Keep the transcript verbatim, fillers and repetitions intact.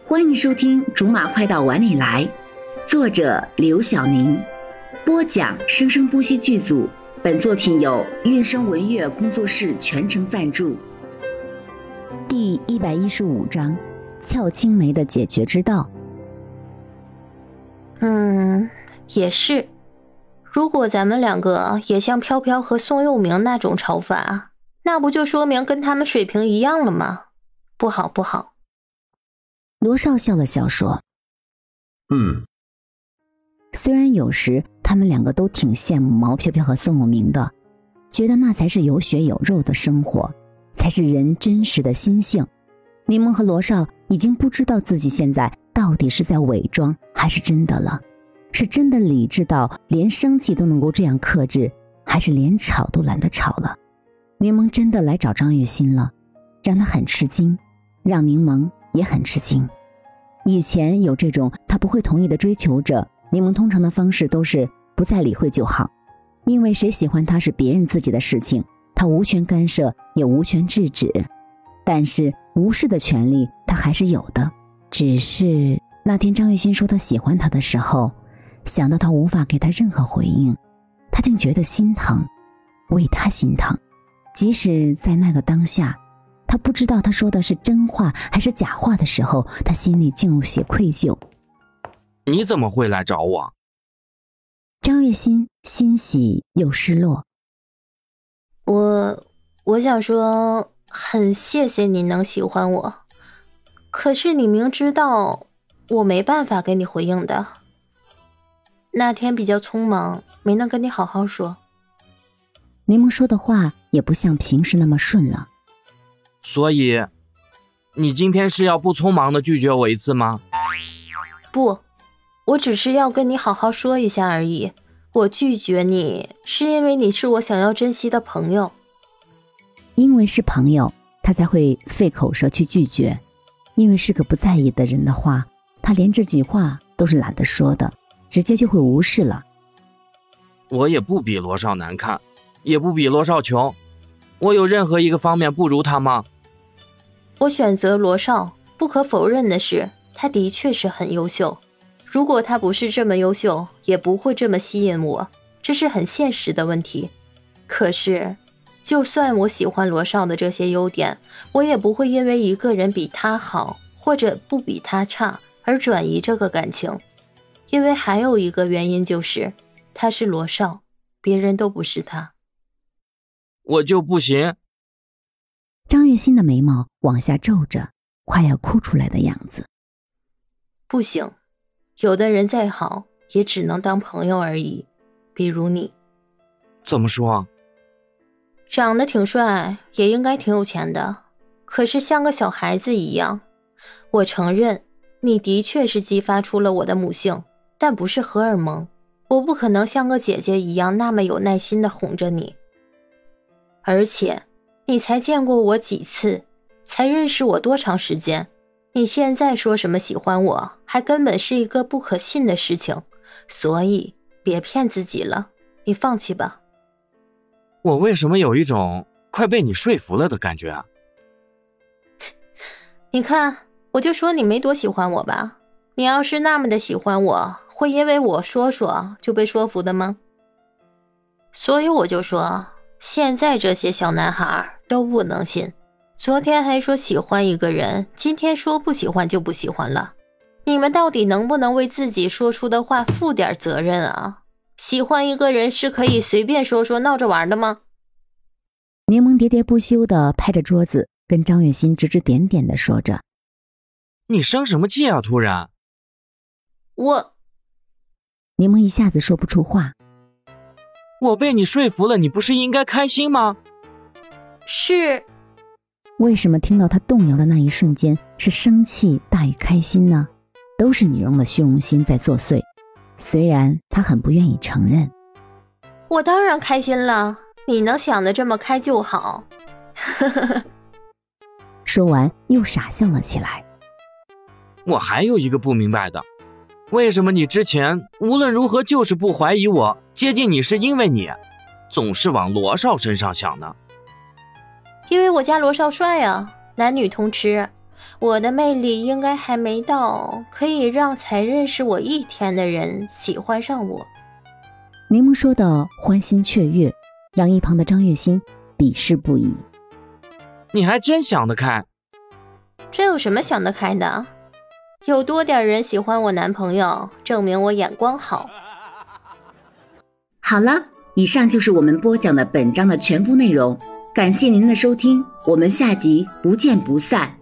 欢迎收听《竹马快到碗里来》，作者刘晓宁，播讲生生不息剧组。本作品由韵声文乐工作室全程赞助。第一百一十五章：俏青梅的解决之道。 嗯，也是。如果咱们两个也像飘飘和宋佑明那种吵法，那不就说明跟他们水平一样了吗？不好不好。 罗少笑了笑说： 嗯。 虽然有时他们两个都挺羡慕毛飘飘和宋佑明的，觉得那才是有血有肉的生活，才是人真实的心性。柠檬和罗少已经不知道自己现在到底是在伪装还是真的了，是真的理智到连生气都能够这样克制，还是连吵都懒得吵了。柠檬真的来找张月心了，让他很吃惊，让柠檬也很吃惊。以前有这种他不会同意的追求者，柠檬通常的方式都是不再理会就好，因为谁喜欢他是别人自己的事情，他无权干涉也无权制止。但是无视的权利他还是有的，只是那天张月心说他喜欢他的时候，想到他无法给他任何回应，他竟觉得心疼，为他心疼。即使在那个当下，他不知道他说的是真话还是假话的时候，他心里竟有些愧疚。 你怎么会来找我？ 张月心欣喜又失落。 我我想说很谢谢你能喜欢我，可是你明知道我没办法给你回应的。那天比较匆忙，没能跟你好好说。 柠檬说的话也不像平时那么顺了。 所以你今天是要不匆忙的拒绝我一次吗？ 不，我只是要跟你好好说一下而已。我拒绝你是因为你是我想要珍惜的朋友。 因为是朋友，他才会费口舌去拒绝。因为是个不在意的人的话，他连这句话都是懒得说的，直接就会无视了。 我也不比罗少难看，也不比罗少穷，我有任何一个方面不如他吗？ 我选择罗少，不可否认的是，他的确是很优秀。如果他不是这么优秀，也不会这么吸引我，这是很现实的问题。可是，就算我喜欢罗少的这些优点，我也不会因为一个人比他好，或者不比他差，而转移这个感情。因为还有一个原因就是，他是罗少，别人都不是他。 我就不行。 张月心的眉毛往下皱着，快要哭出来的样子。 不行，有的人再好也只能当朋友而已，比如你。 怎么说？ 长得挺帅，也应该挺有钱的，可是像个小孩子一样。我承认你的确是激发出了我的母性，但不是荷尔蒙。我不可能像个姐姐一样那么有耐心地哄着你。而且你才见过我几次，才认识我多长时间，你现在说什么喜欢我，还根本是一个不可信的事情，所以别骗自己了，你放弃吧。 我为什么有一种快被你说服了的感觉啊？ 你看，我就说你没多喜欢我吧，你要是那么的喜欢我，会因为我说说就被说服的吗？所以我就说，现在这些小男孩都不能信。昨天还说喜欢一个人，今天说不喜欢就不喜欢了。你们到底能不能为自己说出的话负点责任啊？喜欢一个人是可以随便说说闹着玩的吗？ 柠檬喋喋不休地拍着桌子，跟张月心指指点点地说着。 你生什么气啊，突然？ 我…… 柠檬一下子说不出话。 我被你说服了，你不是应该开心吗？ 是。 为什么听到他动摇的那一瞬间是生气大于开心呢？都是女人的虚荣心在作祟，虽然他很不愿意承认。 我当然开心了，你能想得这么开就好。 说完又傻笑了起来。 我还有一个不明白的，为什么你之前无论如何就是不怀疑我，接近你是因为你，总是往罗少身上想呢？ 因为我家罗少帅啊，男女通吃。 我的魅力应该还没到可以让才认识我一天的人喜欢上我。 柠檬说的欢欣雀跃，让一旁的张月心鄙视不已。 你还真想得开。 这有什么想得开的？有多点人喜欢我男朋友，证明我眼光好。 好了，以上就是我们播讲的本章的全部内容，感谢您的收听，我们下集不见不散。